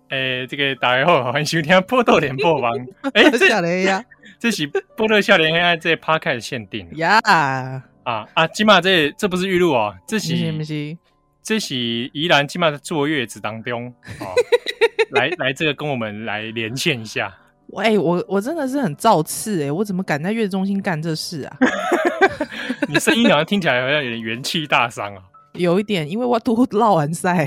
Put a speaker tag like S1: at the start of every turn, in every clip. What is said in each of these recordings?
S1: 这个大家好，欢迎收听《波多连播网》。
S2: 笑脸呀，
S1: 这是波多笑脸爱这 Podcast 限定
S2: 呀
S1: 今嘛这不是预录哦，这是宜兰今嘛坐月子当中来这个跟我们来连线一下。
S2: 我真的是很造次我怎么敢在月子中心干这事啊？
S1: 你声音好像听起来好像有点元气大伤啊。
S2: 有一点，因为我都落完赛。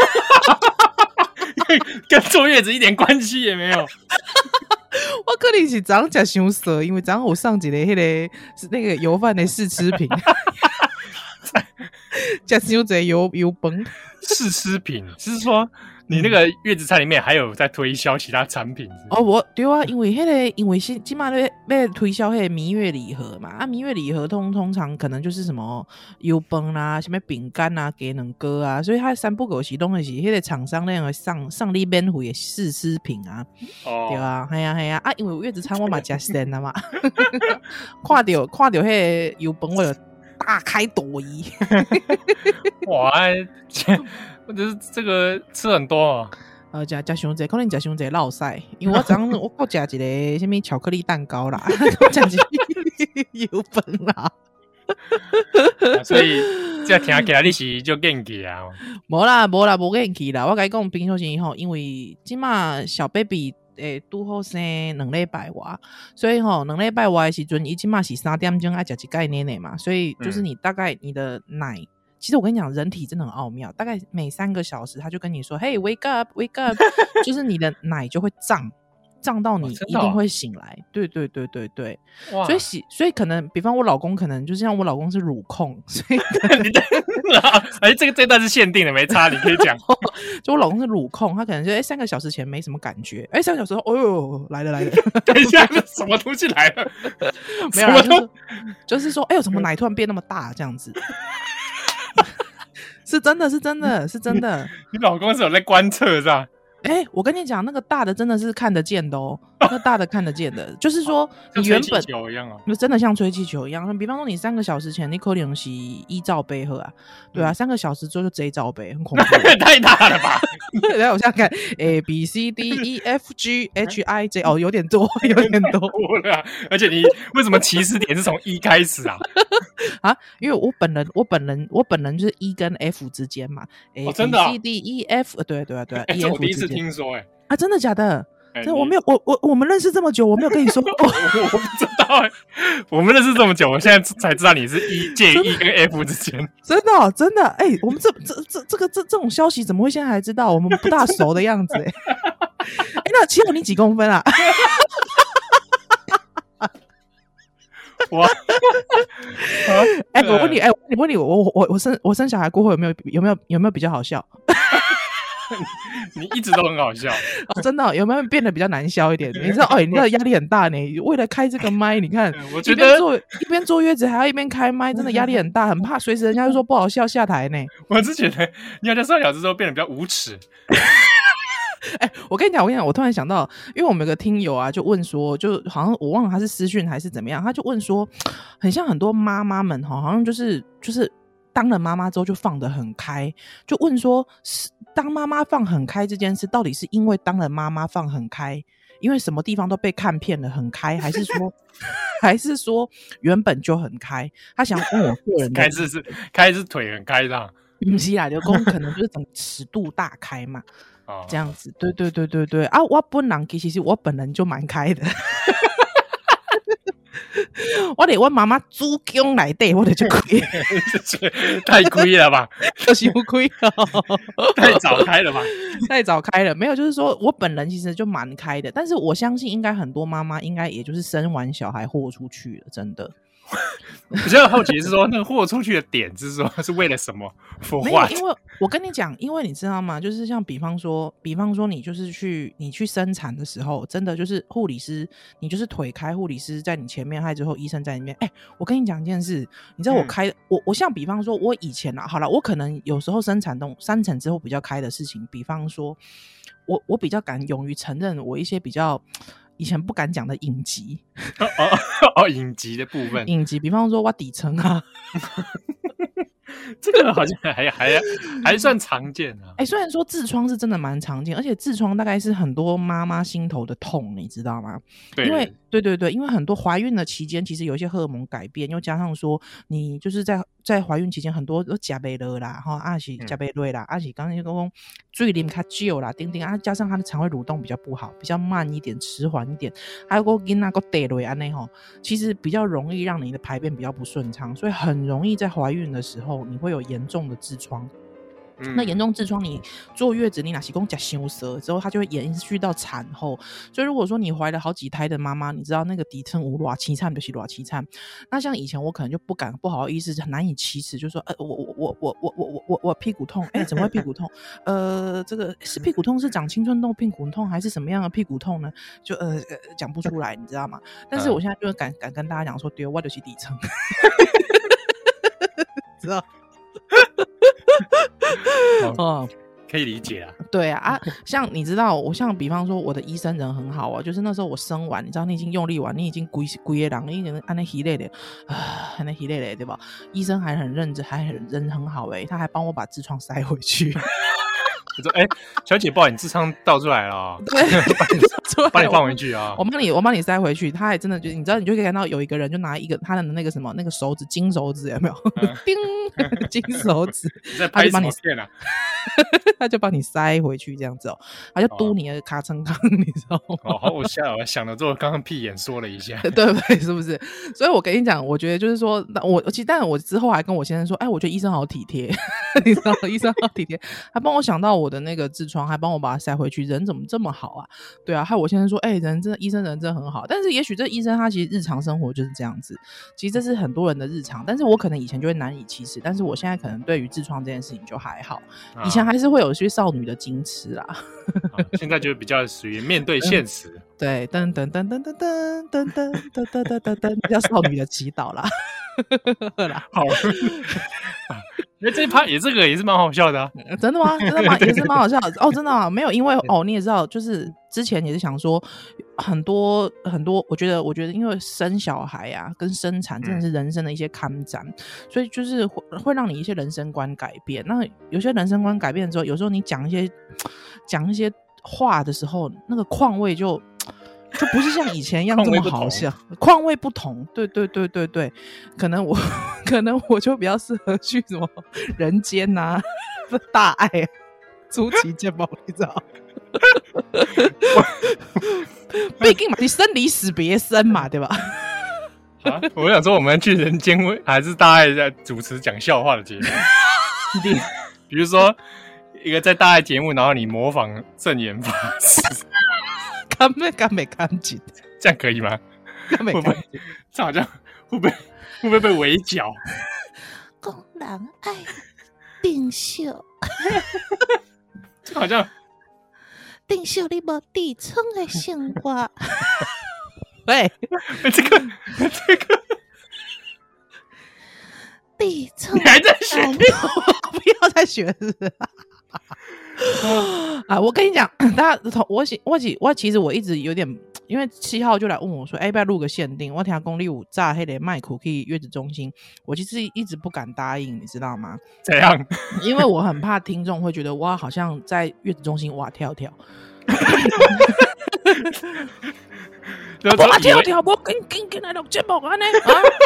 S1: 跟坐月子一点关系也没有。
S2: 我可能是早上吃太涩，因为早上我上一个那个油饭的试吃品，吃太多油崩。
S1: 试吃品是说你那个月子餐里面还有在推销其他产品是不是？
S2: 我对啊，因为因为现在在推销那个蜜月礼盒嘛，蜜月礼盒通常可能就是什么油崩啦、什么饼干啊、鸡卵糕啊，所以它三不五时都是那个厂商那个上你免费的试吃品啊，对啊，系啊，因为月子餐我嘛吃咸了嘛，看到那个油崩我就大开朵颐。
S1: 哇，我就是这个吃很多
S2: 吃伤济，可能吃伤济落屎，因为我昨我够吃一个什么巧克力蛋糕啦，吃一个油饭啦。
S1: 所以这听起来你是就元气啊？
S2: 无啦，无元气啦。我跟你讲，平常时吼，因为即马小 baby 拄好生2礼拜外，所以吼2礼拜外的时阵，伊即马是3点钟爱吃一盖奶奶嘛，所以就是你大概你的奶。其实我跟你讲，人体真的很奥妙，大概每3个小时他就跟你说嘿 wake up wake up， 就是你的奶就会胀到你一定会醒来。对，所以可能比方我老公可能就像我老公是乳控，所以
S1: 这段是限定的没差，你可以讲。
S2: 就我老公是乳控，他可能就3个小时前没什么感觉，3个小时后哦哟来了
S1: 等一下什么东西来了？
S2: 没有啦，就是说怎么奶突然变那么大这样子。是真的。
S1: 你老公是有在观测是吧？
S2: 我跟你讲，那个大的真的是看得见的哦，那大的看得见的，就是说你原本
S1: 像吹气球一样啊，
S2: 真的像吹气球一样。比方说你3个小时前你可能是1罩杯喝啊，对啊，3个小时之后就这罩杯，很恐怖。
S1: 太大了吧？
S2: 来，我想看 A B C D E F G H I J， 有点多
S1: 了。而且你为什么起始点是从1开始啊？
S2: 因为我本人就是E 跟 F 之间嘛，A B C D E F， 对，E F
S1: 我第一次听说
S2: 真的假的？我没有，我们认识这么久，我没有跟你说过。
S1: 我不知道我们认识这么久，我现在才知道你是介于 E 跟 F 之间。
S2: 真的我们这种消息怎么会现在还知道？我们不大熟的样子那齐友你几公分啊？
S1: 我
S2: 问你，我生小孩过后有没有比较好笑？
S1: 你一直都很好笑
S2: 真的有没有变得比较难笑一点？你知道你知道压力很大呢。为了开这个麦，你看
S1: 我觉得
S2: 一边坐月子还要一边开麦，真的压力很大，很怕随时人家就说不好笑下台呢。
S1: 我是觉得你好像3小时之后变得比较无耻。
S2: 我跟你讲，我突然想到，因为我们有个听友啊，就问说，就好像我忘了他是私讯还是怎么样，他就问说，很像很多妈妈们好像就是当了妈妈之后就放得很开，就问说，当妈妈放很开这件事，到底是因为当了妈妈放很开，因为什么地方都被看遍了很开，还是说原本就很开？他想问我个人的
S1: 开是腿很开的，
S2: 不是啦，刘公可能就是整个尺度大开嘛。这样子，对啊！我本人其实我本人就蛮开的，我连我妈妈子宫内底我就开，
S1: 太亏了吧？
S2: 就是不亏
S1: 太早开了吧？
S2: 太早开了，没有，就是说我本人其实就蛮开的，但是我相信应该很多妈妈应该也就是生完小孩豁出去了，真的。
S1: 我比较好奇是说那个豁出去的点是说是为了什么？
S2: 没有，因为我跟你讲，因为你知道吗？就是像比方说你就是你去生产的时候，真的就是护理师，你就是腿开，护理师在你前面，还之后医生在里面。我跟你讲一件事，你知道我像比方说我以前好了，我可能有时候生产之后比较开的事情，比方说我比较敢勇于承认我一些比较以前不敢讲的隐疾。
S1: 隐疾的部分，
S2: 隐疾，比方说我底层啊。
S1: 这个好像还算常见啊。
S2: 虽然说痔疮是真的蛮常见，而且痔疮大概是很多妈妈心头的痛，你知道吗？
S1: 对，
S2: 因为对，因为很多怀孕的期间，其实有一些荷尔蒙改变，又加上说你就是在怀孕期间，很多都吃不落啦，是吃不落啦，是刚才说水啉较少啦，加上他的肠胃蠕动比较不好，比较慢一点，迟缓一点，还有个囡仔个地落安内其实比较容易让你的排便比较不顺畅，所以很容易在怀孕的时候你会有严重的痔疮。那严重痔疮你坐月子你哪是说吃伤舌之后它就会延续到产后，所以如果说你怀了好几胎的妈妈，你知道那个底层有多凄惨就是多凄惨。那像以前我可能就不好意思很难以启齿，就说我屁股痛，怎么会屁股痛？这个是屁股痛是长青春痘屁股痛还是什么样的屁股痛呢？就讲不出来你知道吗？但是我现在就敢跟大家讲说，对，我就是底层知道
S1: 可以理解啊。
S2: 对啊，像你知道，像比方说我的医生人很好啊，就是那时候我生完，你知道你已经用力完，你已经规个人，你已经安那稀累的安那稀累的，对吧？医生还很认真，还人很好他还帮我把痔疮塞回去。
S1: 我说小姐不好，你痔疮倒出来了，
S2: 对，
S1: 把你放回去啊！
S2: 我帮你塞回去。他还真的就你知道，你就可以看到有一个人就拿一个他的那个什么那个手指金手指有没有？叮，金手指，
S1: 你在拍什么片啊？
S2: 他就帮你塞回去这样子他就嘟你的卡称康，你知道吗？
S1: 我想了之后，刚刚屁眼说了一下，
S2: 对不对？是不是？所以我跟你讲，我觉得就是说，但我之后还跟我先生说，我觉得医生好体贴，你知道吗？医生好体贴，还帮我想到我的那个痔疮，还帮我把它塞回去，人怎么这么好啊？对啊，害我先生说，医生人真的很好。但是也许这医生他其实日常生活就是这样子，其实这是很多人的日常。但是我可能以前就会难以启齿，但是我现在可能对于痔瘡这件事情就还好。以前还是会有些少女的矜持啦，
S1: 现在就比较属于面对现实。
S2: 对，噔噔噔噔噔噔噔噔噔噔噔噔，叫少女的祈祷啦。
S1: 好，这一趴这个也是蛮好笑的啊。
S2: 真的吗？真的吗？也是蛮好笑的真的吗？没有，因为你也知道，就是之前也是想说很多，我觉得因为生小孩啊跟生产真的是人生的一些坎展，所以就是会让你一些人生观改变。那有些人生观改变之后，有时候你讲一些话的时候，那个况味就不是像以前一样这么好笑，况味不同，对，可能我就比较适合去什么人间啊、大爱、出奇见报，你知道？毕竟嘛，你生离死别生嘛，对吧？
S1: 我想说，我们去人间还是大爱在主持讲笑话的节目，比如说一个在大爱节目，然后你模仿正言法师。
S2: 敢没干净？
S1: 这样可以吗？会不会这好像会不会被围剿？
S2: 讲人爱定秀，
S1: 这好像
S2: 定秀你无地层的生活。喂，
S1: 这个
S2: 地层，
S1: 你还在学？
S2: 不要再学是不是？我跟你讲，大家我其实我一直有点，因为7号就来问我说，要不要录个限定？我听讲你有炸黑的麦克去月子中心，我其实一直不敢答应，你知道吗？
S1: 怎样？
S2: 因为我很怕听众会觉得哇，好像在月子中心哇跳跳。哇跳跳，我跟来录节目安尼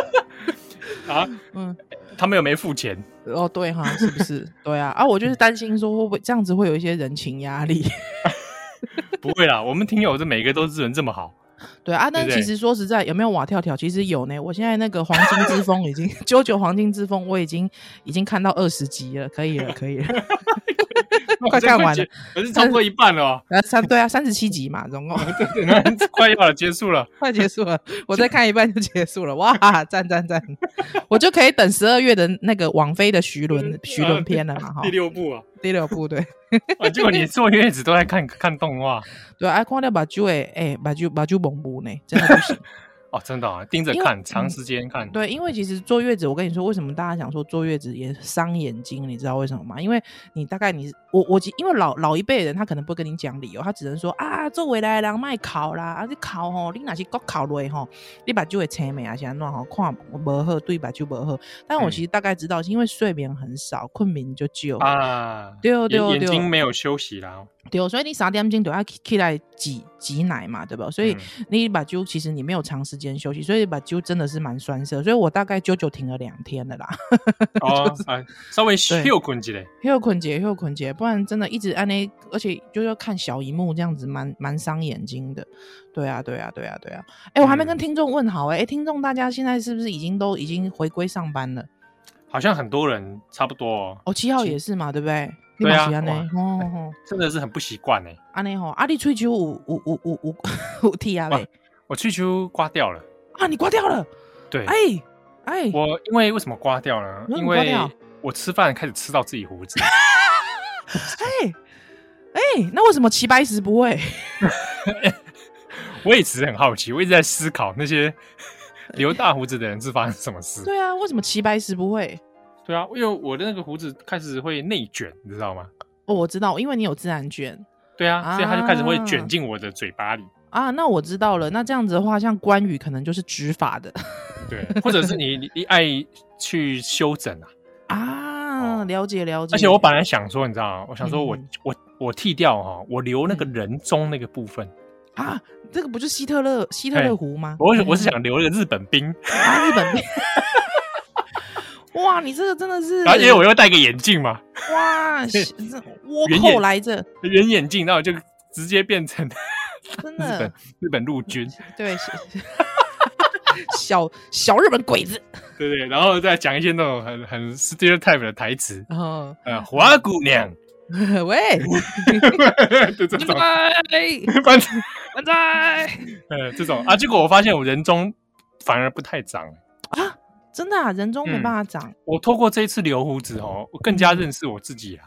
S1: 他们又没付钱
S2: 对哈，是不是？对啊，我就是担心说会不会这样子会有一些人情压力。
S1: 不会啦，我们听友这每个都是人这么好。
S2: 对啊，但其实说实在，有没有瓦跳跳？其实有呢。我现在那个黄金之风已经99黄金之风，我已经看到20集了，可以了。快看完了，
S1: 可是超过一半了哦。
S2: 对啊，37集嘛，总共
S1: 对，快要了，结束了，
S2: 快结束了。我再看一半就结束了，哇，赞！我就可以等12月的那个网飞的徐伦篇了嘛，哈。
S1: 第6部啊，
S2: 第6部对。
S1: 结果你坐月子都在看动画，
S2: 对啊，看到目睭目睭蒙雾呢，真的不行。
S1: 哦，真的啊，盯着看，长时间看。
S2: 对，因为其实坐月子，我跟你说，为什么大家讲说坐月子也伤眼睛？你知道为什么吗？因为你大概我因为老一辈的人，他可能不会跟你讲理由，他只能说啊，做未来的人卖考啦，啊，你考吼，你哪是国考落吼，你把就会青眉啊，是安怎吼，看不好，对吧？就不好。但我其实大概知道，是因为睡眠很少，困眠就久
S1: 啊，
S2: 对，
S1: 眼睛没有休息啦。
S2: 对，所以你3点钟就要起来挤奶嘛，对吧？所以你把灸其实你没有长时间休息，所以把灸真的是蛮酸涩，所以我大概啾停了2天了啦。
S1: 哦，稍微休困一下，
S2: 休困节，不然真的一直按那，而且就要看小萤幕这样子，蛮伤眼睛的。对啊。我还没跟听众问好听众大家现在是不是已经回归上班了？
S1: 好像很多人差不多
S2: 哦。7号也是嘛，对不对？
S1: 对啊，真的是很不习惯
S2: 安尼吼，你喙鬚有剃啊呗？
S1: 我喙鬚刮掉了
S2: 啊！你刮掉了？
S1: 对，我因为什么刮掉呢？因为我吃饭开始吃到自己胡子。
S2: 那为什么齐白石不会？
S1: 我也其实很好奇，我一直在思考那些留大胡子的人是发生什么事。
S2: 对啊，为什么齐白石不会？
S1: 对啊，因为我的那个胡子开始会内卷，你知道吗？
S2: 哦，我知道，因为你有自然卷。
S1: 对啊，所以它就开始会卷进我的嘴巴里。
S2: 啊，那我知道了。那这样子的话，像关羽可能就是植发的。
S1: 对，或者是你爱去修整
S2: 啊。了解。
S1: 而且我本来想说，你知道吗？我想说我剃掉我留那个人中那个部分。
S2: 啊，这个不就是希特勒胡吗？
S1: 我是想留那个日本兵。
S2: 日本兵。哇，你这个真的是，
S1: 而且我又戴个眼镜嘛，
S2: 哇，倭寇来着，
S1: 圆眼镜，然后就直接变成
S2: 真的
S1: 日本陆军，
S2: 对，小日本鬼子，
S1: 对，然后再讲一些那种很 stereotype 的台词，花姑娘，
S2: 喂，
S1: 就这种，
S2: 反在，
S1: 这种结果我发现我人中反而不太长
S2: 啊。真的啊，人中没办法长。
S1: 我透过这一次留胡子我更加认识我自己啊。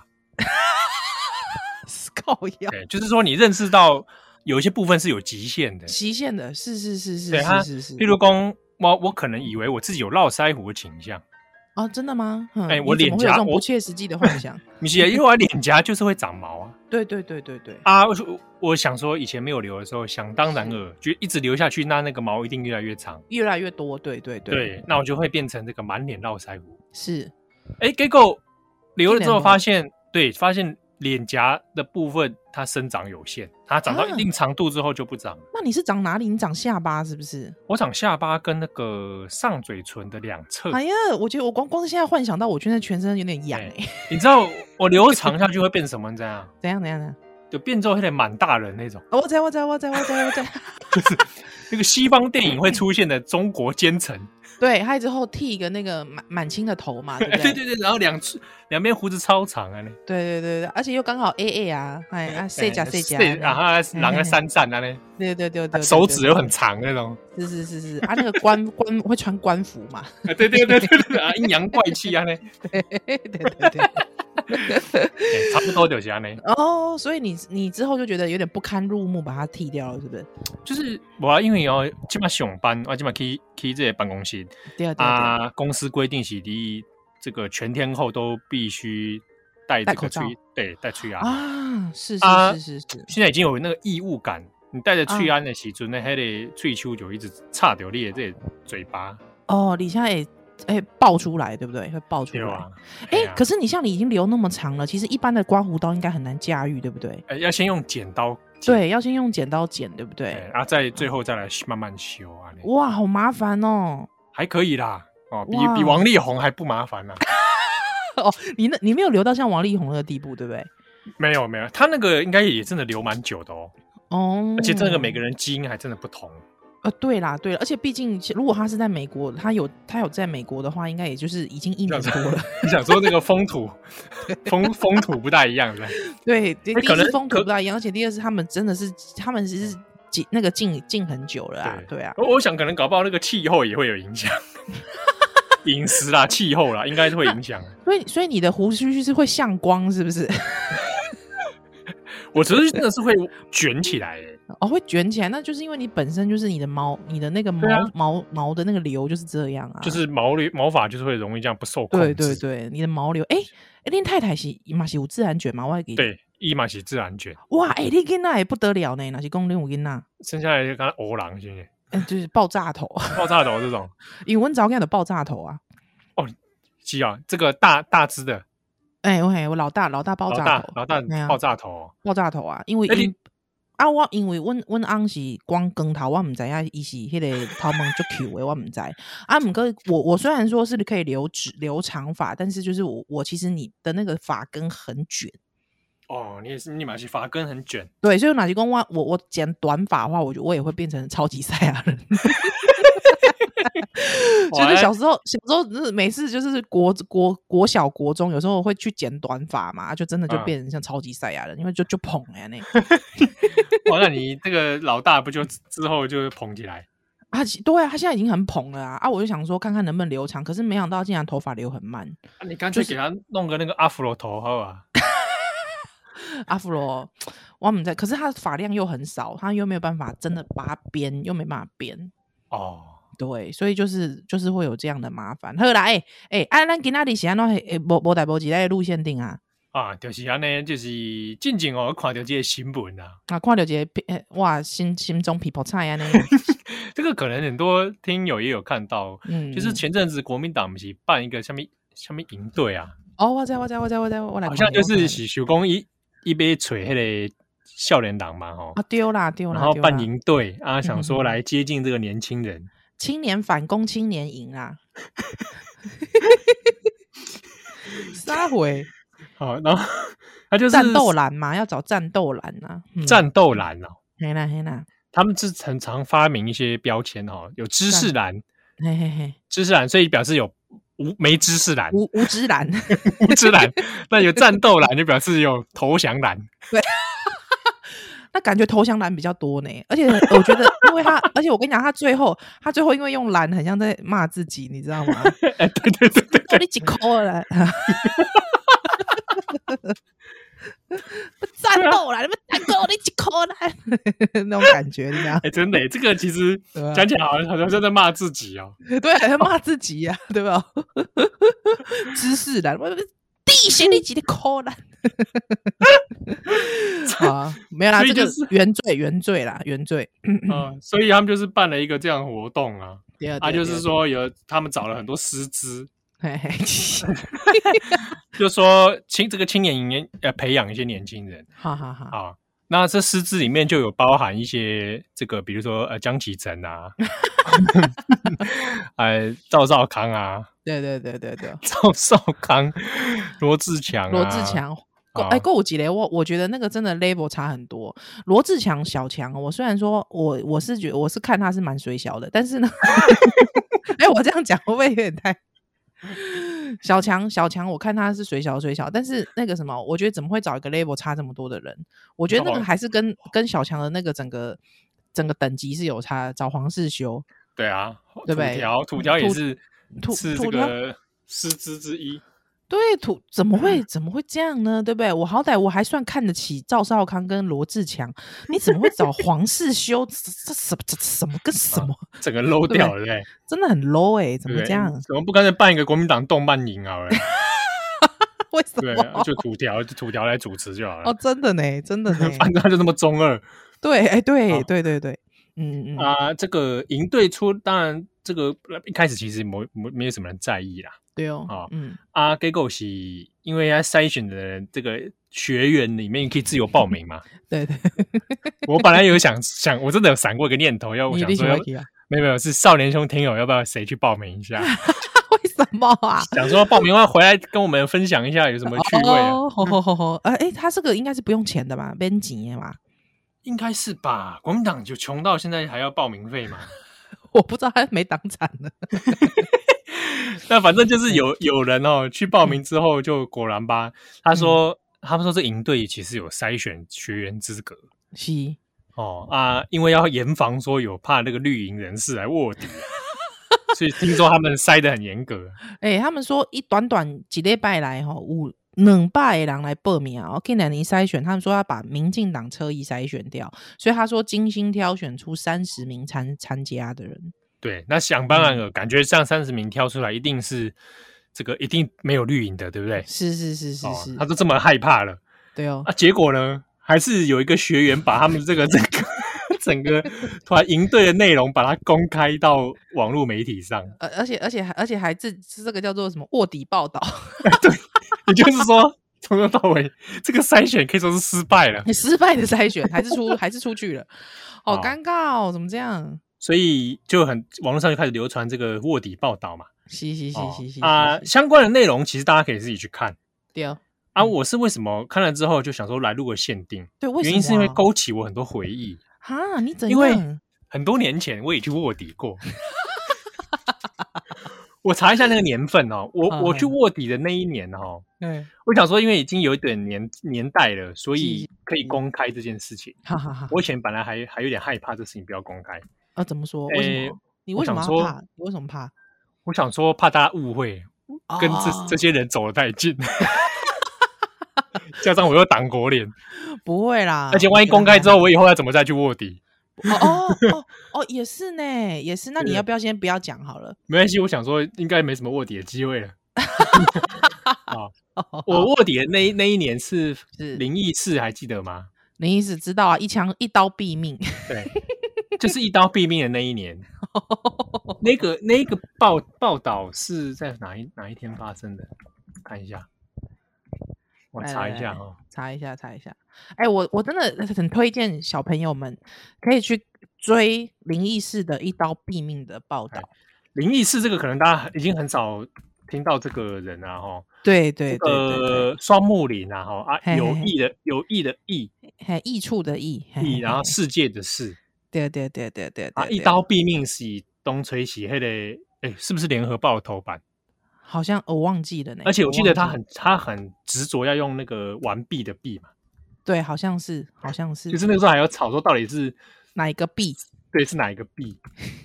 S2: 靠腰，
S1: 对，就是说你认识到有一些部分是有极限的，
S2: 是。
S1: 譬如说，我可能以为我自己有络腮胡的倾向。
S2: 哦，真的吗？
S1: 我脸颊
S2: 有这种不切实际的幻想。
S1: 你是因为我脸颊就是会长毛啊。
S2: 对
S1: 啊！我想说，以前没有留的时候，想当然尔，就一直留下去，那个毛一定越来越长，
S2: 越来越多。对，
S1: 那我就会变成这个满脸络腮胡。
S2: 是，
S1: 结果留了之后发现脸颊的部分它生长有限，它长到一定长度之后就不长。
S2: 那你是长哪里？你长下巴是不是？
S1: 我长下巴跟那个上嘴唇的2侧。
S2: 哎呀，我觉得我光是现在幻想到，我觉得全身有点痒
S1: 你知道我留长下去会变什么？这样？
S2: 怎样？
S1: 就变做有点满大人那种。
S2: 我在。
S1: 就是那个西方电影会出现的中国奸臣。
S2: 对，他之后剃一个那个满清的头嘛，对不对？
S1: 对，然后两边胡子超长啊，
S2: 对，而且又刚好 AA 啊，谁家，
S1: 然后狼在山站啊呢，
S2: 对，
S1: 手指又很长那种，
S2: 是啊，那个官会穿官服嘛，
S1: 对啊，阴阳怪气啊呢，
S2: 对，
S1: 差不多就是安呢。
S2: 哦，所以你之后就觉得有点不堪入目，把它剃掉了，是不是？
S1: 就是我因为现在上班，我现在去这个办公室，
S2: 对，
S1: 公司规定是你这个全天候都必须戴这个戴吹安
S2: 啊，是，
S1: 现在已经有那个异物感，你戴着吹安的时阵，那个喙鬚就一直插掉你的这个嘴巴。
S2: 哦，你现在爆出来，对不对？会爆出来。可是你像你已经留那么长了，其实一般的刮胡刀应该很难驾驭，对不对？
S1: 要先用剪刀。
S2: 对，要先用剪刀剪，对不对？
S1: 然后最后再来慢慢修啊。
S2: 哇，好麻烦哦。
S1: 还可以啦，比王力宏还不麻烦啦。
S2: 你没有留到像王力宏那个地步，对不对？
S1: 没有，他那个应该也真的留蛮久的
S2: 哦。
S1: 而且这个每个人基因还真的不同。
S2: 对啦，而且毕竟如果他是在美国，他有在美国的话，应该也就是已经1年多了。
S1: 你想说那个风土不大一样，是吧？
S2: 对，第一是风土不大一样，而且第二是他们是那个禁很久了啊，对啊。
S1: 我想可能搞不好那个气候也会有影响，饮食啦、气候啦，应该是会影响。
S2: 所以你的胡须是会向光，是不是？
S1: 我觉得真的是会卷起来
S2: 哦，会卷起来，那就是因为你本身就是你的毛，你的那个毛的那个流就是这样啊，
S1: 就是毛发就是会容易这样不受控制。
S2: 对对对，你的毛流，恁太太是嘛是有自然卷吗？我给
S1: 对，伊嘛是自然卷。
S2: 哇，你囡仔也不得了呢，那是讲恁有囡仔，
S1: 生下来就跟欧狼是不是？
S2: 就是爆炸头，
S1: 爆炸头这种，
S2: 因为阮早间的爆炸头啊。
S1: 哦，是啊，这个大只的，
S2: 我老大爆炸头，
S1: 老大爆炸头，
S2: 爆炸头啊！因为我因为阮翁是光光头，我唔知影伊是迄个头毛足 Q 的，我唔知啊。不过我虽然说是可以留长发，但是就是我其实你的那个发根很卷。
S1: 哦，你嘛是发根很卷，
S2: 对，所以哪是讲我剪短发的话，我也会变成超级赛亚人。就是小时候每次就是国小国中有时候会去剪短发嘛，就真的就变成像超级赛亚人，因为就捧呀那。
S1: 哇，那你这个老大不就之后就捧起来
S2: 啊？对啊，他现在已经很捧了啊！我就想说看看能不能留长，可是没想到竟然头发留很慢。
S1: 你干脆给他弄个那个阿弗罗头好啊。
S2: 阿弗罗，我们在，可是他的发量又很少，他又没有办法真的把它编，又没办法编
S1: 哦。
S2: 对，所以就是会有这样的麻烦。好啦，咱今仔日是安怎无代无志来路线定啊？
S1: 啊，就是安尼，就是近近我看到这个新闻啊，
S2: 看到这个哇，心中皮泡菜啊呢。
S1: 这个可能很多听友也有看到，就是前阵子国民党不是办一个什么营队啊？
S2: 哦，我知，我来，
S1: 好像就是想讲一杯锤迄个少年党嘛，吼
S2: 啊，丢啦，
S1: 然后办营队啊，想说来接近这个年轻人。
S2: 青年反攻青年营啊！啥回？
S1: 好，然后他就是
S2: 战斗蓝嘛，要找战斗蓝啊！
S1: 战斗蓝哦，
S2: 嘿啦，
S1: 他们是很常发明一些标签哦，有知识蓝，
S2: 嘿，
S1: 知识蓝，所以表示有没知识蓝，
S2: 无知蓝，
S1: 无知蓝。那有战斗蓝就表示有投降蓝。
S2: 对。那感觉投降蓝比较多呢，而且我觉得，因为而且我跟你讲，他最后因为用蓝，很像在骂自己，你知道吗？对，你几抠了，不战斗了，你们战斗你几抠了，那种感觉，你知道？
S1: 真的，这个其实讲起来好像在骂自己哦。
S2: 对，在骂自己呀，对吧？知识蓝，地形你几的抠了。啊，没有啦，这就是原罪啦，原罪。
S1: 所以他们就是办了一个这样的活动啊，就是说他们找了很多师资，就说这个青年营培养一些年轻人，好，那这师资里面就有包含一些这个，比如说江启臣啊，赵少康啊，
S2: 对，
S1: 赵少康、罗志强，
S2: 够有几个我觉得那个真的 level 差很多。罗志强、小强，我虽然说我是觉得我是看他是蛮水小的，但是呢，我这样讲会不会有点太？小强，我看他是水小，但是那个什么，我觉得怎么会找一个 level 差这么多的人？我觉得那个还是跟小强的那个整个等级是有差的。找黄世修，
S1: 对啊，
S2: 对不对？
S1: 土条也是这个师资之一。
S2: 对，怎么会这样呢？对不对？我好歹我还算看得起赵少康跟罗志强，你怎么会找黄世修？这什么跟什么？
S1: 整个 low 掉了，对，
S2: 真的很 low 怎么这样？
S1: 怎么不干脆办一个国民党动漫营啊？
S2: 为什么？
S1: 就土条来主持就好了。
S2: 哦，真的呢，
S1: 反正他就那么中二。
S2: 对，对，
S1: 这个营队当然这个一开始其实没有什么人在意啦。
S2: 对哦，
S1: 结果是因为他筛选的这个学员里面可以自由报名嘛。
S2: 对，
S1: 我本来有想，我真的有闪过一个念头，我想说没有，是少年兄听友要不要谁去报名一下？
S2: 为什么啊？
S1: 想说报名完回来跟我们分享一下有什么趣味啊？
S2: 他这个应该是不用钱的吧？编辑嘛，
S1: 应该是吧？国民党就穷到现在还要报名费吗？
S2: 我不知道，他没党产了。
S1: 那反正就是有人去报名之后，就果然吧。他们说这营队其实有筛选学员资格，
S2: 是
S1: 因为要严防说有怕那个绿营人士来卧底，所以听说他们筛得很严格。
S2: 他们说短一礼拜来 200个人来报名哦，竟然你筛选，他们说要把民进党侧翼筛选掉，所以他说精心挑选出30名参加的人。
S1: 对，那想当然了，感觉像30名挑出来，一定是这个一定没有绿营的，对不对？
S2: 是，
S1: 他都这么害怕了，
S2: 对哦。
S1: 结果呢，还是有一个学员把他们这个整个团营队的内容把它公开到网络媒体上，
S2: 而且还这个叫做什么卧底报道？
S1: 对，也就是说从头到尾这个筛选可以说是失败了，
S2: 失败的筛选还是出去了，好尴尬哦，怎么这样？
S1: 所以就网络上就开始流传这个卧底报道嘛，
S2: 是
S1: 相关的内容其实大家可以自己去看。
S2: 对啊，
S1: 我是为什么看了之后就想说来录个限定？
S2: 对，为什么？
S1: 原因是因为勾起我很多回忆。
S2: 哈，你怎样？
S1: 因为很多年前我也去卧底过。我查一下那个年份哦，我去卧底的那一年哦，我想说，因为已经有一点年代了，所以可以公开这件事情。我以前本来还有点害怕这事情不要公开。
S2: 怎么说？为什么？你为什么怕？你为什么怕？
S1: 我想说怕大家误会，跟这些人走得太近，加上我又党国脸，
S2: 不会啦。
S1: 而且万一公开之后，我以后要怎么再去卧底？
S2: 也是呢，也是。那你要不要先不要讲好了？
S1: 没关系，我想说应该没什么卧底的机会了。我卧底的那一年是灵异事，还记得吗？
S2: 灵异事知道啊，一刀毙命。
S1: 对，就是一刀毙命的那一年。那个报道是在哪一天发生的？看一下，我查一下哈，
S2: 查一下。我真的很推荐小朋友们可以去追灵异事的一刀毙命的报道。
S1: 灵异事这个可能大家已经很少听到这个人啊，哈。
S2: 对，
S1: 双木林啊，哈有益的益，
S2: 益处的益，
S1: 然后世界的世。
S2: 对，
S1: 一刀毙命是东吹西黑的，是不是联合报的头版？
S2: 好像我忘记了呢。
S1: 而且我记得他很执着要用那个完毕的毕嘛。
S2: 对，好像是。
S1: 就是那个时候还有吵说到底是
S2: 哪一个毕？
S1: 对，是哪一个毕？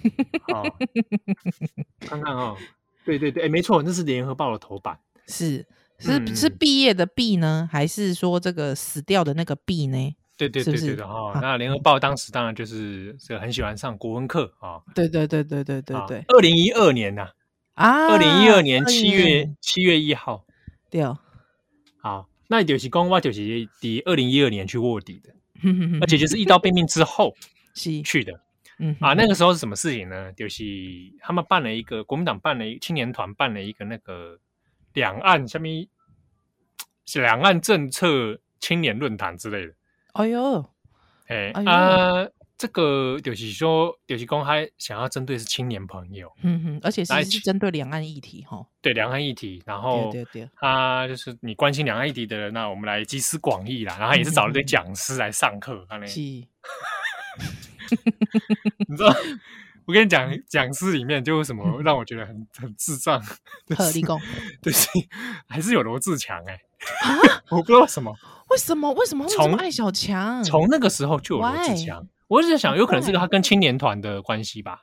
S1: 看看哦，对，没错，那是联合报的头版。
S2: 是毕业的毕呢，还是说这个死掉的那个毕呢？
S1: 对的哈。那联合报当时当然就是这个很喜欢上国文课啊。
S2: 对。
S1: 2012年呐，2012年7月1号。
S2: 对哦。
S1: 好，那就是说我就是第2012年去卧底的，而且就是一刀毙命之后去的。那个时候是什么事情呢？就是他们国民党青年团办了一个那个两岸政策青年论坛之类的。这个就是说，就是公开想要针对是青年朋友，
S2: 而且是针对两岸议题哈。
S1: 对，两岸议题，然后他就是你关心两岸议题的人，那我们来集思广益啦，然后也是找了一堆讲师来上课，你知道，我跟你讲，讲师里面就有什么让我觉得很智障？就是还是有罗志强我不知道为什么会这么
S2: 爱小强？
S1: 从那个时候就有罗志强，我就在想，有可能是他跟青年团的关系吧？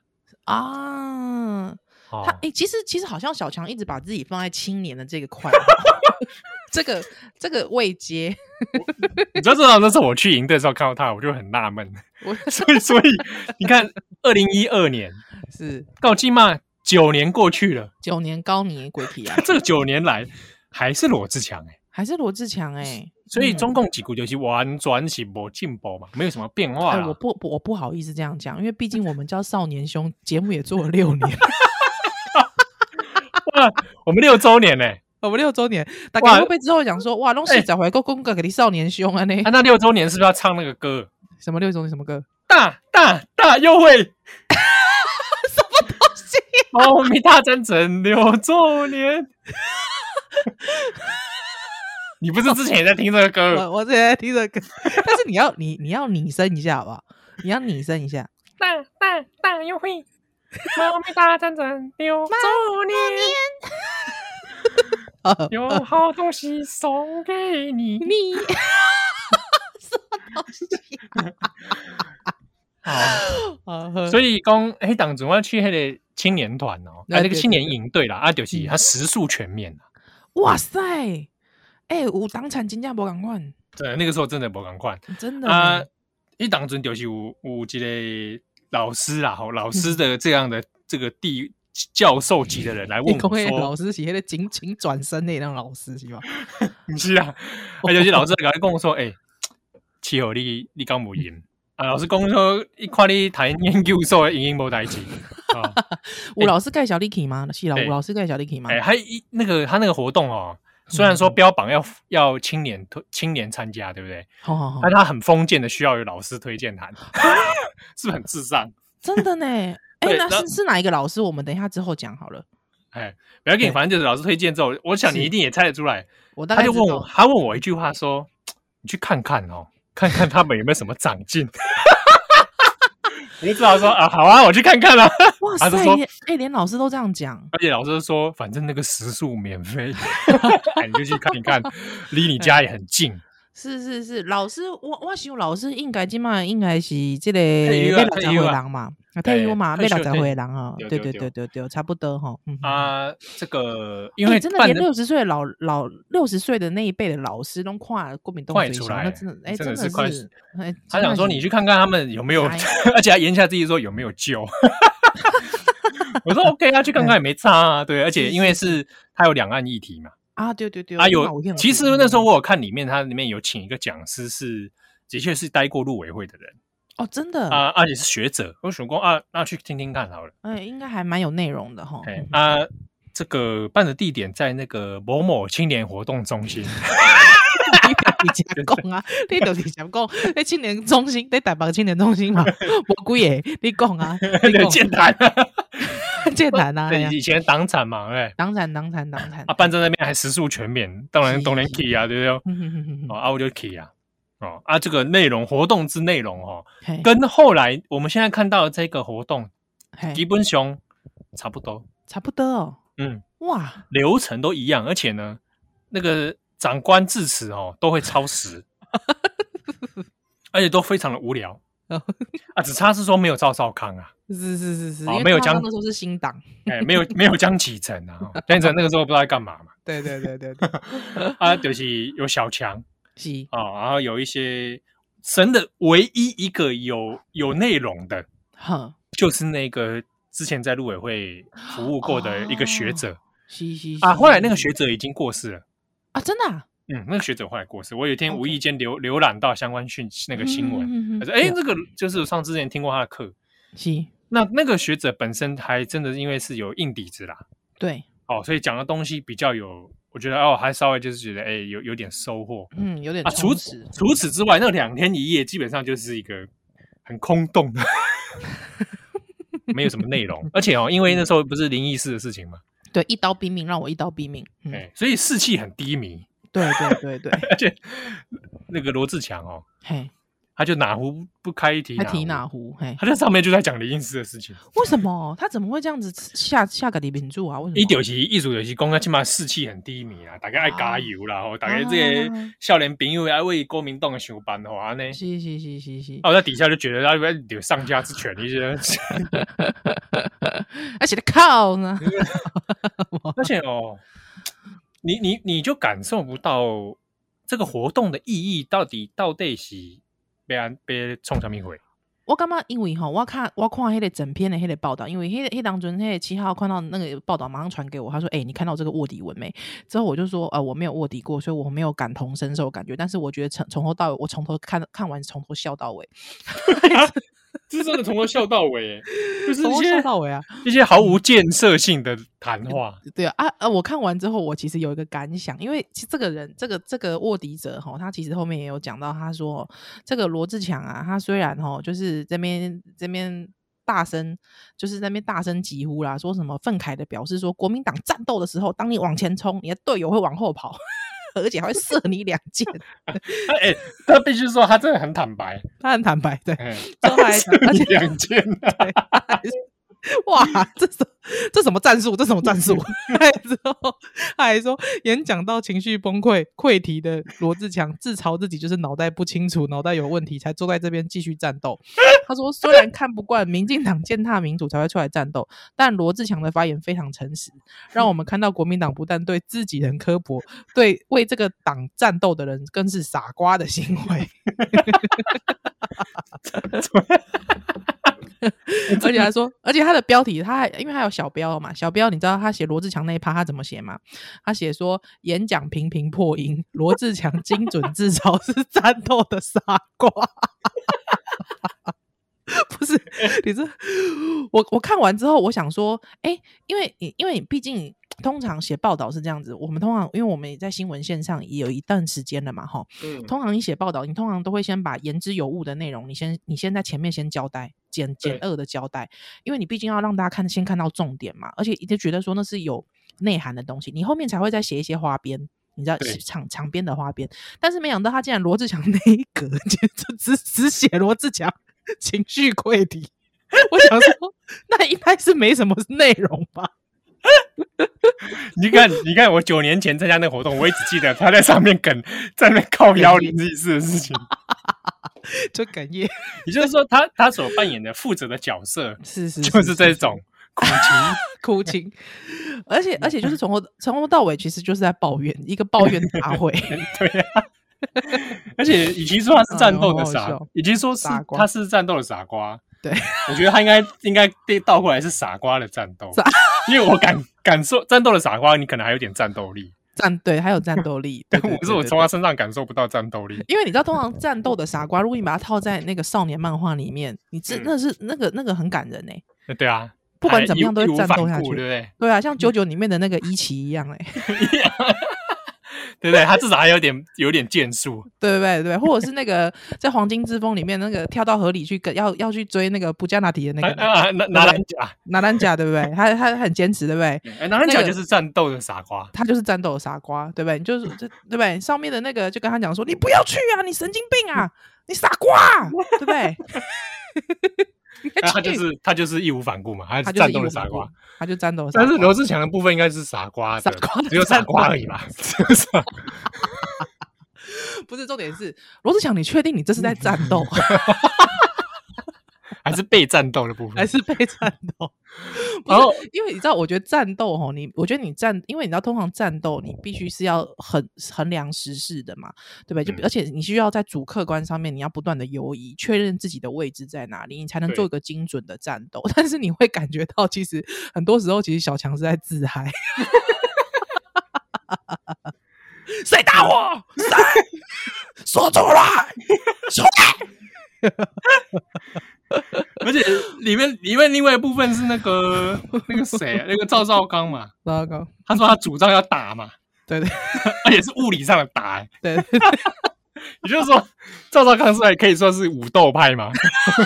S2: 其实好像小强一直把自己放在青年的这个块，这个位阶。
S1: 你知道那时候我去营队的时候看到他，我就很纳闷。所以你看，2012年
S2: 是
S1: 到今嘛9年过去了
S2: ，9年高年鬼体啊！
S1: 这个9年来还是罗志强
S2: 还是罗志强
S1: 所以中共几股就是完全是没进步嘛，没有什么变化啦。
S2: 我不好意思这样讲，因为毕竟我们叫少年兄节目也做了6年。
S1: 哇，我们6周年
S2: 我们6周年，大家会不会之后讲说，哇，弄戏找回公给你少年兄啊？
S1: 那6周年是不是要唱那个歌？
S2: 什么6周年什么歌？
S1: 大优惠。
S2: 什么东西？
S1: 猫咪大战争6周年。你不是之前也在听这个歌？
S2: 我之前在听这个歌，但是你要拟声一下好不好？你要拟声一下。
S1: 大优惠，猫咪大战争6周年。有好东西送给你。
S2: 什么东西
S1: 所以讲当初我去那个青年团那个青年营队啦，就是他食宿全面。
S2: 哇塞， 有当场真正无同款。
S1: 对，那个时候真的不同款，
S2: 真的啊。
S1: 一当阵就是有一个老师啦，老师的这样的这个教授级的人来问我说，
S2: 老师是那个请转身的那种老师是吧？
S1: 不是啊，就是老师来跟我说，七号你讲无赢啊？老师讲说，一看你谈研究所的英无代志。
S2: 有老师介绍你去吗？是啦，有老师介绍你去吗？
S1: 还他那个活动哦，虽然说标榜要青年参加，对不对？但他很封建的，需要有老师推荐函，是不是很智障？
S2: 真的呢。那是哪一个老师？我们等一下之后讲好了。
S1: 不要紧，反正就是老师推荐之后，我想你一定也猜得出来。
S2: 他就
S1: 问我一句话说：“你去看看哦，看看他们有没有什么长进。”我就知道说好啊，我去看看啊。
S2: 哇塞，连老师都这样讲，
S1: 而且老师说，反正那个食宿免费，你就去看一看，离你家也很近。
S2: 是，老师，我想老师应该是这个要60岁人嘛，退休嘛，要60岁人哈，对，差不多哈。
S1: 这个因为
S2: 真的连60岁的60岁的那一辈的老师都看国民党最小，那真的真的是快。
S1: 他想说你去看看他们有没有，而且他言下之意说有没有救。我说 OK 啊，去看看也没差啊，对，而且因为是他有两岸议题嘛。
S2: 对，
S1: 其实那时候我有看里面，他里面有请一个讲师，的确是待过陆委会的人
S2: 哦，真的
S1: 而且是学者。我想说那去听听看好了。
S2: 应该还蛮有内容的哈。
S1: 这个办的地点在那个某某青年活动中心。
S2: 你讲啊，你就是想讲，那青年中心在台北青年中心嘛，无几个，你讲啊，
S1: 健谈。
S2: 健谈啊，
S1: 以前党产嘛，对，
S2: 党产
S1: 办在那边还食宿全免，当然都能去啊，对不对？我就去啊，这个内容活动之内容跟后来我们现在看到的这个活动基本上差不多
S2: 哦，哇，
S1: 流程都一样，而且呢，那个长官致辞都会超时，而且都非常的无聊。只差是说没有赵少康啊，
S2: 是，
S1: 没有江，
S2: 那时候是新党，
S1: 没有江启臣啊，江启臣那个时候不知道在干嘛嘛，
S2: 对，
S1: 就是有小强，然后有一些神的唯一一个有内容的，就是那个之前在陆委会服务过的一个学者，后来那个学者已经过世了
S2: 啊，真的啊。
S1: 那个学者后来过世，我有一天无意间浏览到相关那个新闻，他说这个就是我之前听过他的课，那个学者本身还真的因为是有硬底子啦，
S2: 对，
S1: 所以讲的东西比较有，我觉得还稍微就是觉得有点收获，
S2: 有点
S1: 除此之外，那2天1夜基本上就是一个很空洞的，没有什么内容，而且因为那时候不是灵异事的事情嘛，
S2: 对，一刀毙命，让我一刀毙命，
S1: 所以士气很低迷。
S2: 对，
S1: 而且那个罗志强他就哪壶不开提
S2: 哪壶，
S1: 他在上面就在讲灵异事的事情。
S2: 为什么他怎么会这样子下个底民主啊？为什么？
S1: 艺术就是讲他起码士气很低迷啊，大家爱加油啦，大家这个少年朋友爱为国民党想办法呢。
S2: 是。
S1: 我在底下就觉得他有上家之权一些，
S2: 而且靠呢，
S1: 而且你就感受不到这个活动的意义到底是被冲什么回？
S2: 我感觉因为我看那个整篇的那个报道，因为那当中那个7号看到那个报道，马上传给我，他说：“你看到这个卧底文没？”之后我就说：“我没有卧底过，所以我没有感同身受感觉。但是我觉得从头到尾，我从头看完，从头笑到尾。”
S1: 这真的从头笑到尾，就是
S2: 从头笑到尾啊！
S1: 一些毫无建设性的谈话。
S2: 对啊！我看完之后，我其实有一个感想，因为这个人，这个卧底者他其实后面也有讲到，他说这个罗志强啊，他虽然就是这边大声，就是在那边大声疾呼啦，说什么愤慨的表示说，国民党战斗的时候，当你往前冲，你的队友会往后跑。而且还会射你2箭，
S1: 他必须说他真的很坦白，
S2: 对，
S1: 射你2箭，
S2: 哇，这什么战术？这什么战术？之后他还说，演讲到情绪崩溃、溃堤的罗智强自嘲自己就是脑袋不清楚、脑袋有问题，才坐在这边继续战斗。他说，虽然看不惯民进党践踏民主才会出来战斗，但罗智强的发言非常诚实，让我们看到国民党不但对自己人刻薄，对为这个党战斗的人更是傻瓜的行为。而且他说，而且他的标题，他还因为他有小标嘛，小标你知道他写罗智强那一趴他怎么写吗？他写说演讲频频破音，罗智强精准自嘲是战斗的傻瓜。不是，你这我看完之后，我想说，因为你毕竟通常写报道是这样子，我们通常因为我们也在新闻线上也有一段时间了嘛，通常你写报道，你通常都会先把言之有物的内容，你先在前面先交代，简扼的交代，因为你毕竟要让大家先看到重点嘛，而且一直觉得说那是有内涵的东西，你后面才会再写一些花边。你知道场边的花边，但是没想到他竟然罗智强那一格就只写罗智强情绪溃堤，我想说那应该是没什么内容吧。
S1: 你看我9年前参加那个活动，我一直记得他在上面在那靠腰0自己事的事情，
S2: 就哽咽。
S1: 也就是说他所扮演的负责的角色就是这种
S2: 苦情，而且就是从头到尾其实就是在抱怨，一个抱怨大会。
S1: 对啊，而且与其说他是战斗的与其说是他是战斗的傻瓜，
S2: 对，
S1: 我觉得他应该被倒过来是傻瓜的战斗，因为我感受战斗的傻瓜，你可能还有点战斗力。
S2: 对，还有战斗力。对，
S1: 可是我从他身上感受不到战斗力，
S2: 因为你知道，通常战斗的傻瓜，如果你把它套在那个少年漫画里面，你那是那个很感人
S1: 对啊。
S2: 不管怎么样都会战斗下去，
S1: 对不对？
S2: 对啊，像99里面的那个一期一样
S1: 对不对？他至少还有点建树，
S2: 对不对？或者是那个在黄金之风里面那个跳到河里去要去追那个布加纳提的那个拿兰甲，对不对？他很坚持，对不对？
S1: 拿兰甲就是战斗的傻瓜，
S2: 他就是战斗的傻瓜，对不对？就是对不对？上面的那个就跟他讲说：“你不要去啊，你神经病啊，你傻瓜，对不对？”
S1: 他就是义无反顾嘛，他是战斗的傻瓜，
S2: 他就战斗的傻瓜。
S1: 但是罗智强的部分应该是傻瓜的，只有傻瓜而已吧？
S2: 不是，重点是罗智强，你确定你这是在战斗？
S1: 还是被战斗的部分？
S2: 还是被战斗？然后，因为你知道，我觉得战斗我觉得因为你知道，通常战斗你必须是要衡量时事的嘛，对不对？而且你需要在主客观上面，你要不断的游移，确认自己的位置在哪里，你才能做一个精准的战斗。但是你会感觉到，其实很多时候，其实小强是在自嗨。谁打我？谁？说出来！说来！
S1: 而且里面另外一部分是那个谁啊，那个赵少康嘛，他说他主张要打嘛，
S2: 对，
S1: 而且是物理上的打，
S2: 对，
S1: 也就是说赵少康可以说是武斗派吗？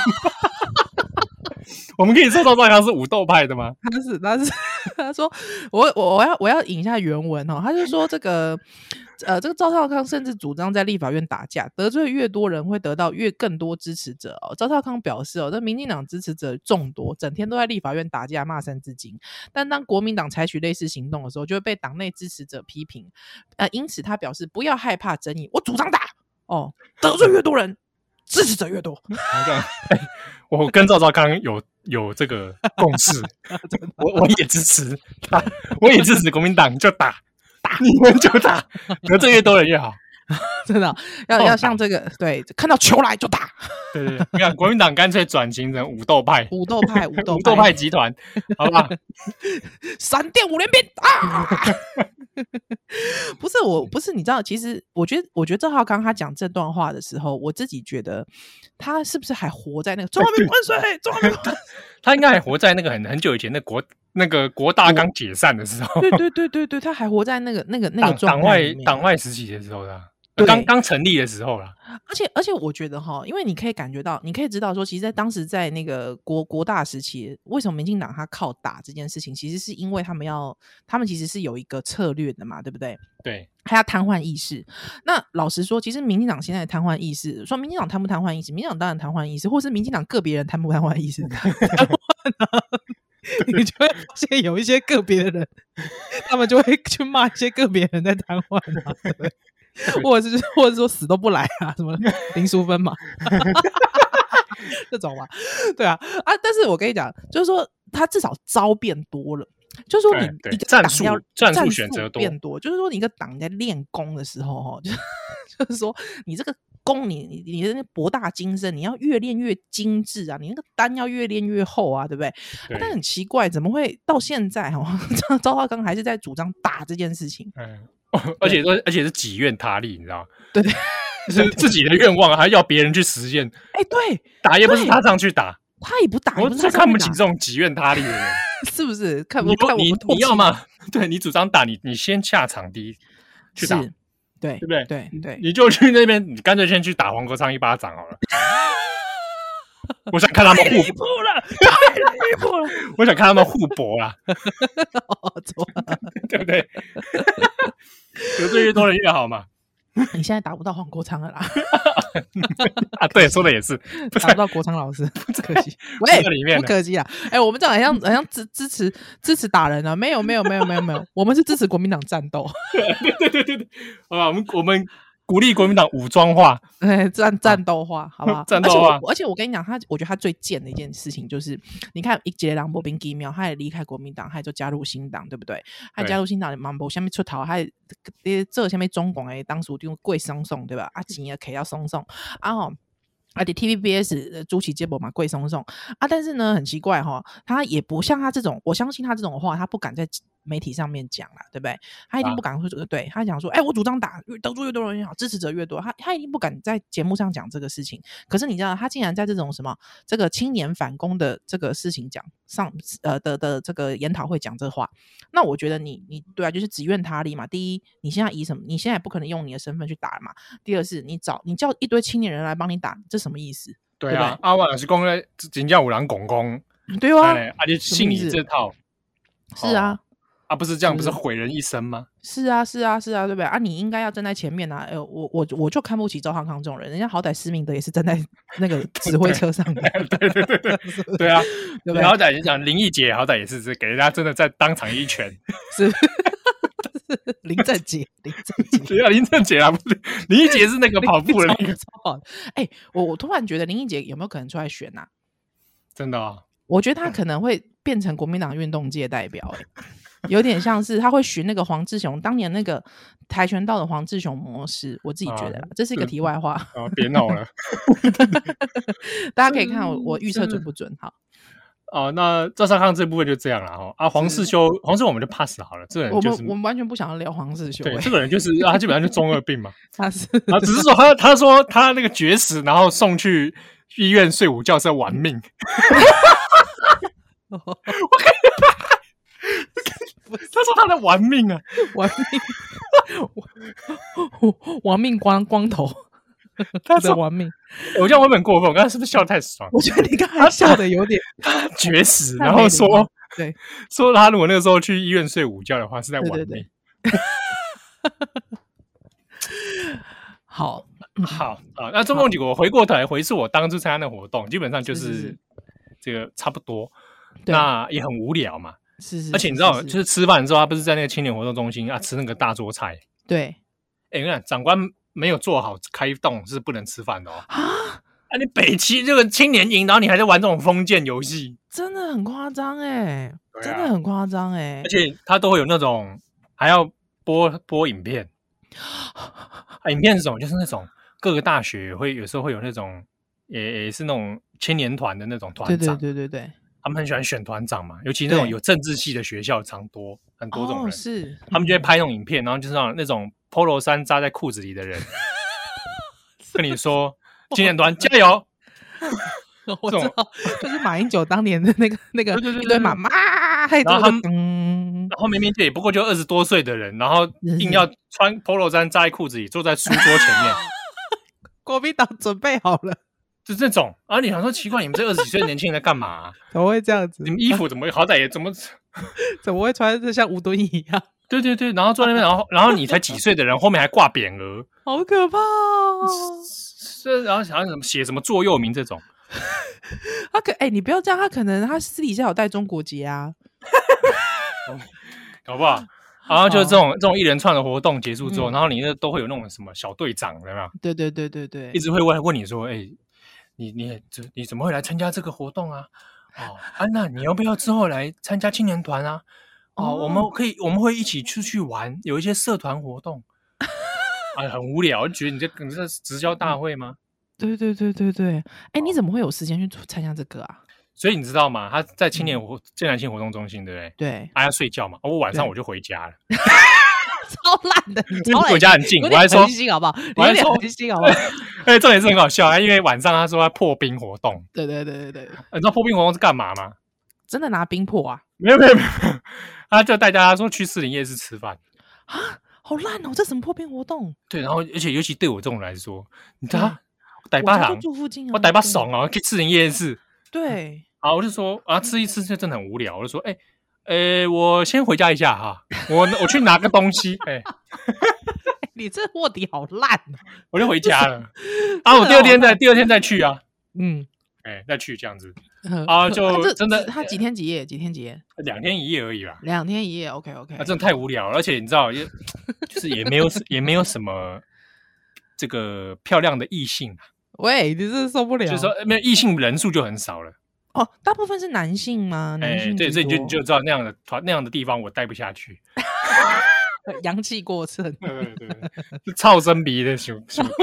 S1: 我们可以说赵少康是武斗派的吗？
S2: 他说我要引一下原文他就说这个赵少康甚至主张在立法院打架，得罪越多人会得到更多支持者赵少康表示这民进党支持者众多，整天都在立法院打架骂三字经，但当国民党采取类似行动的时候，就会被党内支持者批评因此他表示不要害怕争议，我主张打得罪越多人支持者越多。
S1: 我跟赵少康有这个共识，我也支持他，我也支持国民党，就打你们就打，得罪越多人越好。
S2: 真的要像这个，对，看到球来就打。
S1: 对，你看国民党干脆转型成武斗派集团，好不好？
S2: 闪电5连鞭啊！不是，你知道，其实我觉得赵少康他讲这段话的时候，我自己觉得他是不是还活在那个中华民国万岁，中华民国？
S1: 他应该还活在那个很久以前那个国大刚解散的时候。
S2: 对，他还活在那个状态里面，
S1: 党外时期的时候的。刚成立的时候啦，
S2: 而且我觉得因为你可以感觉到，你可以知道说，其实在当时在那个国大时期，为什么民进党他靠打这件事情，其实是因为他们其实是有一个策略的嘛，对不对？
S1: 对，
S2: 他要瘫痪意识。那老实说，其实民进党现在的瘫痪意识，说民进党瘫不瘫痪意识，民进党当然瘫痪意识，或是民进党个别人瘫不瘫痪意识， 你就会发现有一些个别的人，他们就会去骂一些个别人在瘫痪嘛，对不对？或者是说死都不来啊，什么林淑芬嘛，这种嘛，对啊，但是我跟你讲，就是说他至少招变多了。就是说你一个
S1: 战术选择
S2: 变多，就是说你一个党在练功的时候，就是说你这个功，你的博大精深，你要越练越精致啊，你那个丹要越练越厚啊，对不对？但很奇怪，怎么会到现在赵少康还是在主张打这件事情？
S1: 而且是己愿他力，你知道吗？
S2: 对，
S1: 是自己的愿望，还要别人去实现。
S2: 对，
S1: 打也不是他上去打。
S2: 他也不打，
S1: 我最看不起这种己愿他力的人，
S2: 是不是？
S1: 你要嘛，对你主张打，你先下场地去打，
S2: 对
S1: 不对？
S2: 对，
S1: 你就去那边，你干脆先去打黄国昌一巴掌好了。我想看他们互
S2: 搏了，太离谱了！
S1: 我想看他们互搏啦，对不对？得罪越多人越好嘛。
S2: 你现在打不到黄国昌了啦
S1: 对，说的也是，
S2: 打不到国昌老师，不可惜。喂，不可惜啊！我们这样好像支持打人啊？没有，我们是支持国民党战斗。
S1: 对，好吧，我们鼓励国民党武装化，
S2: 战斗化，好不好？
S1: 战斗化。
S2: 而且我跟你讲，我觉得他最贱的一件事情就是，你看一杰郎博兵基妙，他也离开国民党，他也就加入新党，对不对？他加入新党，蛮无下面出头，他这下面中共的当属就贵松松，对吧？钱也可以要松松而且 TVBS 主持节目嘛，贵松松但是呢，很奇怪他也不像他这种，我相信他这种话，他不敢在媒体上面讲啦，对不对？他一定不敢说这个，对他讲说，我主张打，得罪越多人越好，支持者越多，他一定不敢在节目上讲这个事情。可是你知道，他竟然在这种什么这个青年反攻的这个事情讲的这个研讨会讲这话，那我觉得你对啊，就是只怨他力嘛。第一，你现在以什么？你现在也不可能用你的身份去打嘛。第二是，你叫一堆青年人来帮你打，这什么意思？
S1: 对啊，阿万老师讲咧，真叫有人拱攻，
S2: 对啊，
S1: 就信你这套，
S2: 是啊。
S1: 不是这样，不是毁人一生吗？
S2: 是啊，对不对啊？你应该要站在前面啊！我就看不起赵汉康这种人，人家好歹施明德也是站在那个指挥车上的，
S1: 对啊，对不对？好歹你讲林义杰，好歹也是给人家真的在当场一拳，
S2: 是林正杰，
S1: 对啊，林正杰啊，不是林义杰是那个跑步的那个。
S2: 我突然觉得林义杰有没有可能出来选啊？
S1: 真的啊？
S2: 我觉得他可能会变成国民党运动界代表有点像是他会学那个黄志雄当年那个跆拳道的黄志雄模式，我自己觉得啦，这是一个题外话
S1: 别闹了
S2: 大家可以看我预测准不准。好
S1: 那赵少康这部分就这样了黄世修我们就 pass 好了，这个人就是
S2: 我们完全不想要聊黄世修，
S1: 对，这个人就是他基本上就中二病嘛
S2: 他是
S1: 只是说他说他那个绝食然后送去医院睡午觉是要玩命他说他在玩命啊，
S2: 玩命光头，
S1: 他在
S2: 玩命。
S1: 我这样会不会很过分？我刚才是不是笑得太爽？
S2: 我觉得你刚才笑的有点
S1: 绝食，然后说他如果那个时候去医院睡午觉的话是在玩命。
S2: 好，
S1: 那中共几国回过头来回溯我当初参加那个活动，基本上就是这个差不多，那也很无聊嘛。
S2: 是，
S1: 而且你知道，就是吃饭之后，他不是在那个青年活动中心吃那个大桌菜。
S2: 对，
S1: 你看长官没有做好开动是不能吃饭的你北七这个青年营，然后你还在玩这种封建游戏，
S2: 真的很夸张真的很夸张
S1: 而且他都会有那种还要播影片，影片是什么？就是那种各个大学会有时候会有那种也是那种青年团的那种团长，
S2: 对。
S1: 他们很喜欢选团长嘛，尤其那种有政治系的学校常多很多种人，
S2: 是
S1: 他们就会拍那种影片，然后就是那种 polo 衫扎在裤子里的人跟你说青年团加油
S2: 我知道，就是马英九当年的那个一堆妈妈，
S1: 然后明明也不过就20多岁的人，然后硬要穿 polo 衫扎在裤子里坐在书桌前面
S2: 国民党准备好了，
S1: 就这种你想说奇怪，你们这20几岁的年轻人在干嘛
S2: 怎么会这样子？
S1: 你们衣服怎么会好歹也怎么
S2: 会穿得像吴敦义一样？
S1: 对，然后坐在那边，然后你才几岁的人后面还挂匾额，
S2: 好可怕
S1: 然后好像写什么座右铭这种
S2: 你不要这样，他私底下有带中国结啊，
S1: 搞不好。然后就这种一连串的活动结束之后，然后你那都会有那种什么小队长，对吗？
S2: 对，
S1: 一直会问你说，你怎么会来参加这个活动啊？安娜，你要不要之后来参加青年团啊？我们会一起出去玩，有一些社团活动。很无聊，就觉得你这是直销大会吗？
S2: 对，你怎么会有时间去参加这个啊？
S1: 所以你知道吗？他在青年健男性活动中心，对不对？
S2: 对，
S1: 要睡觉嘛。我晚上我就回家了，
S2: 超烂的，
S1: 因为我家很近。我还说，
S2: 好不好？我还说，好不好？
S1: 重点是很好笑啊，因为晚上他说他破冰活动。
S2: 对，你
S1: 知道破冰活动是干嘛吗？
S2: 真的拿冰破啊？
S1: 没有，他就带大家说去士林夜市吃饭
S2: 啊，好烂哦！这什么破冰活动？
S1: 对，然后而且尤其对我这种来说，你知道，逮巴郎
S2: 住附近啊，
S1: 我逮巴爽啊，去士林夜市。
S2: 对。
S1: 我就说吃一吃就真的很无聊，我就说我先回家一下哈，我去拿个东西。
S2: 你这卧底好烂，
S1: 我就回家了。我第二天再去啊，再去这样子就真的
S2: 他几天几夜
S1: ？2天1夜而已啦。
S2: 2天1夜 ，OK，
S1: 真的太无聊了，而且你知道，就是也没有什么这个漂亮的异性啊。
S2: 喂，你这受不了，
S1: 就是说没有异性人数就很少了。
S2: 大部分是男性吗？男性
S1: 对，所以你就知道那样的地方我待不下去，
S2: 阳气过剩，
S1: 对，超生鼻的熊，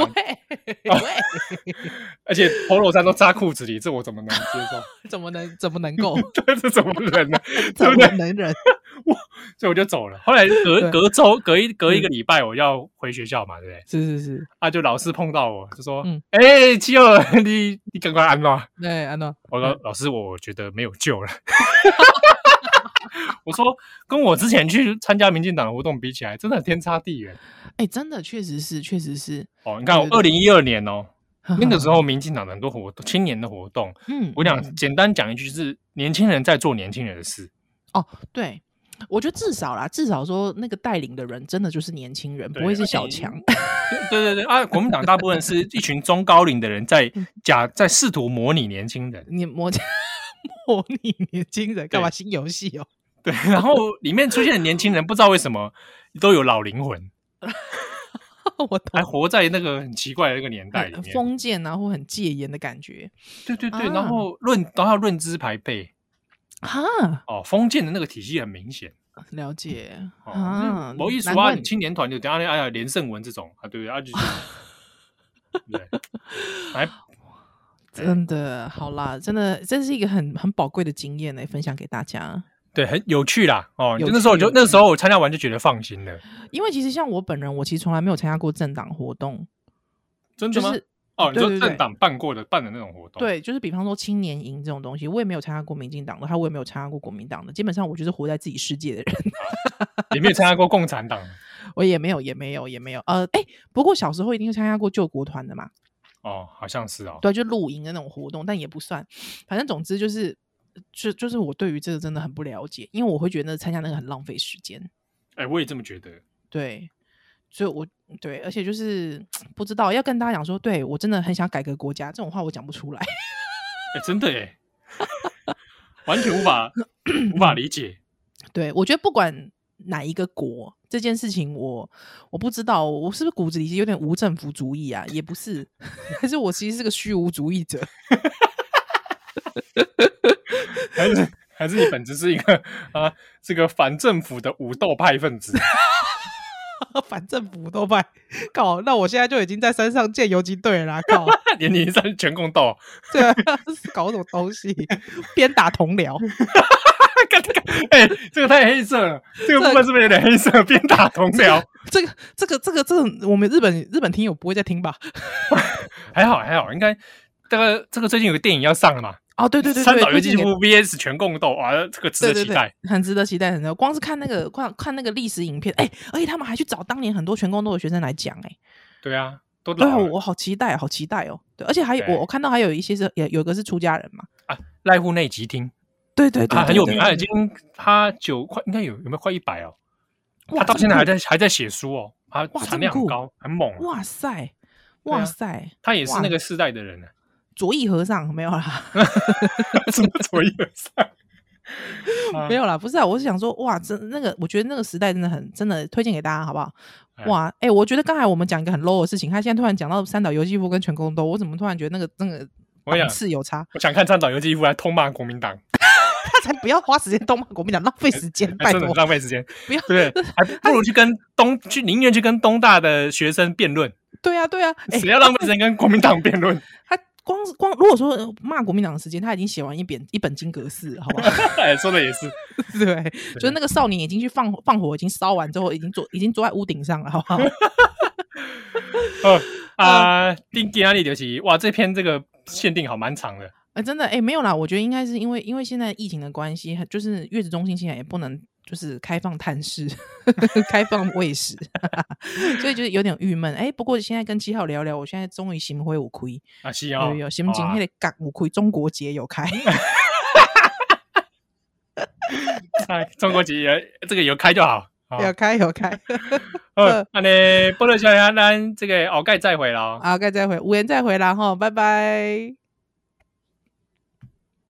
S1: 而且polo衫都扎裤子里，这我怎么能接受？
S2: 怎么能够？
S1: 对，这怎么忍呢？
S2: 怎么能忍？
S1: 所以我就走了。后来隔一个礼拜，我要回学校嘛，对不
S2: 对？是。
S1: 就老师碰到我，就说：“七号，你赶快安诺。”
S2: 对，安诺。
S1: 我说：“老师，我觉得没有救了。”我说：“跟我之前去参加民进党的活动比起来，真的天差地远。”
S2: 真的确实是。
S1: 你看我2012年那个时候民进党的很多活动，青年的活动，我简单讲一句，就是年轻人在做年轻人的事。
S2: 对。我觉得至少说那个带领的人真的就是年轻人，不会是小强。
S1: 对国民党大部分是一群中高龄的人在试图模拟年轻人，
S2: 模拟年轻人干嘛？新游戏哦。
S1: 对，然后里面出现的年轻人不知道为什么都有老灵魂，还活在那个很奇怪的那个年代里面，
S2: 封建或很戒严的感觉。
S1: 对，然后要论资排辈。封建的那个体系很明显，
S2: 了解
S1: 某一说你青年团就等下连胜文这种对不对？就是对，
S2: 真的好啦，真的这是一个很宝贵的经验分享给大家。
S1: 对，很有趣啦那时候我参加完就觉得放心了，因
S2: 为其实像我本人，我其实从来没有参加过政党活动。
S1: 真的吗？你说政党办的那种活动？
S2: 对，就是比方说青年营这种东西，我也没有参加过民进党的，我也没有参加过国民党的，基本上我就是活在自己世界的人。
S1: 也没有参加过共产党，
S2: 我也没有。不过小时候一定会参加过救国团的嘛。
S1: 好像是
S2: 对，就露营的那种活动，但也不算。反正总之就是我对于这个真的很不了解，因为我会觉得参加那个很浪费时间。
S1: 我也这么觉得。
S2: 对。所以而且就是不知道要跟大家讲说，对我真的很想改革国家，这种话我讲不出来。
S1: 真的耶，完全无法理解。
S2: 对，我觉得不管哪一个国这件事情，我不知道我是不是骨子里有点无政府主义啊？也不是，还是我其实是个虚无主义者。
S1: 还是你本质是一个这个反政府的武斗派分子。
S2: 反政府都派，靠！那我现在就已经在山上建游击队了啦，靠！
S1: 你在全共斗，
S2: 对啊，搞什么东西？鞭打同僚，
S1: 这个太黑色了，这个部分是不是有点黑色？鞭打同僚，
S2: 这个，我们日本听友不会再听吧？
S1: 还好，应该这个最近有个电影要上了嘛？
S2: 对，
S1: 三岛由纪夫 VS 全共斗这个值得期待，
S2: 很值得期待，光是看那个历史影片，而且他们还去找当年很多全共斗的学生来讲，
S1: 对啊，都
S2: 对啊，我好期待哦，对，而且还有我看到还有一些是有个是出家人嘛，
S1: 濑户内吉町，
S2: 对，
S1: 很有名，他应该有没有快100哦？他到现在还在写书他产量很高，很猛，
S2: 哇塞，
S1: 他也是那个世代的人
S2: 左翼和尚没有啦，
S1: 什么左翼和尚？
S2: 没有啦，不是啊，我是想说，哇，那个，我觉得那个时代真的推荐给大家，好不好？哇，我觉得刚才我们讲一个很 low 的事情，他现在突然讲到三岛由纪夫跟全宫斗，我怎么突然觉得那个档次有差？
S1: 我想看三岛由纪夫来痛骂国民党，
S2: 他才不要花时间痛骂国民党，浪费时间，拜托，
S1: 真的浪费时间，
S2: 不要，
S1: 对，还不如宁愿去跟东大的学生辩论。
S2: 对啊，
S1: 谁要浪费时间跟国民党辩论？
S2: 他光如果说骂国民党的时间，他已经写完一本金阁寺，好不好？
S1: 说的也是，
S2: 对，就是那个少年已经去放火，已经烧完之后，已经坐在屋顶上了，好不好？
S1: 今天就是哇，这篇这个限定好蛮长的。
S2: 真的没有啦，我觉得应该是因为现在疫情的关系，就是月子中心现在也不能就是开放探视开放喂食所以就是有点郁闷。不过现在跟7号聊聊，我现在终于心灰有亏
S1: 啊，是哦，
S2: 有心情那个角有亏，中国节有开
S1: 中国节这个有开就好，
S2: 有开
S1: 那你波多小鸭咱这个后盖再回了，
S2: 好，盖再回，无言再回啦，拜拜。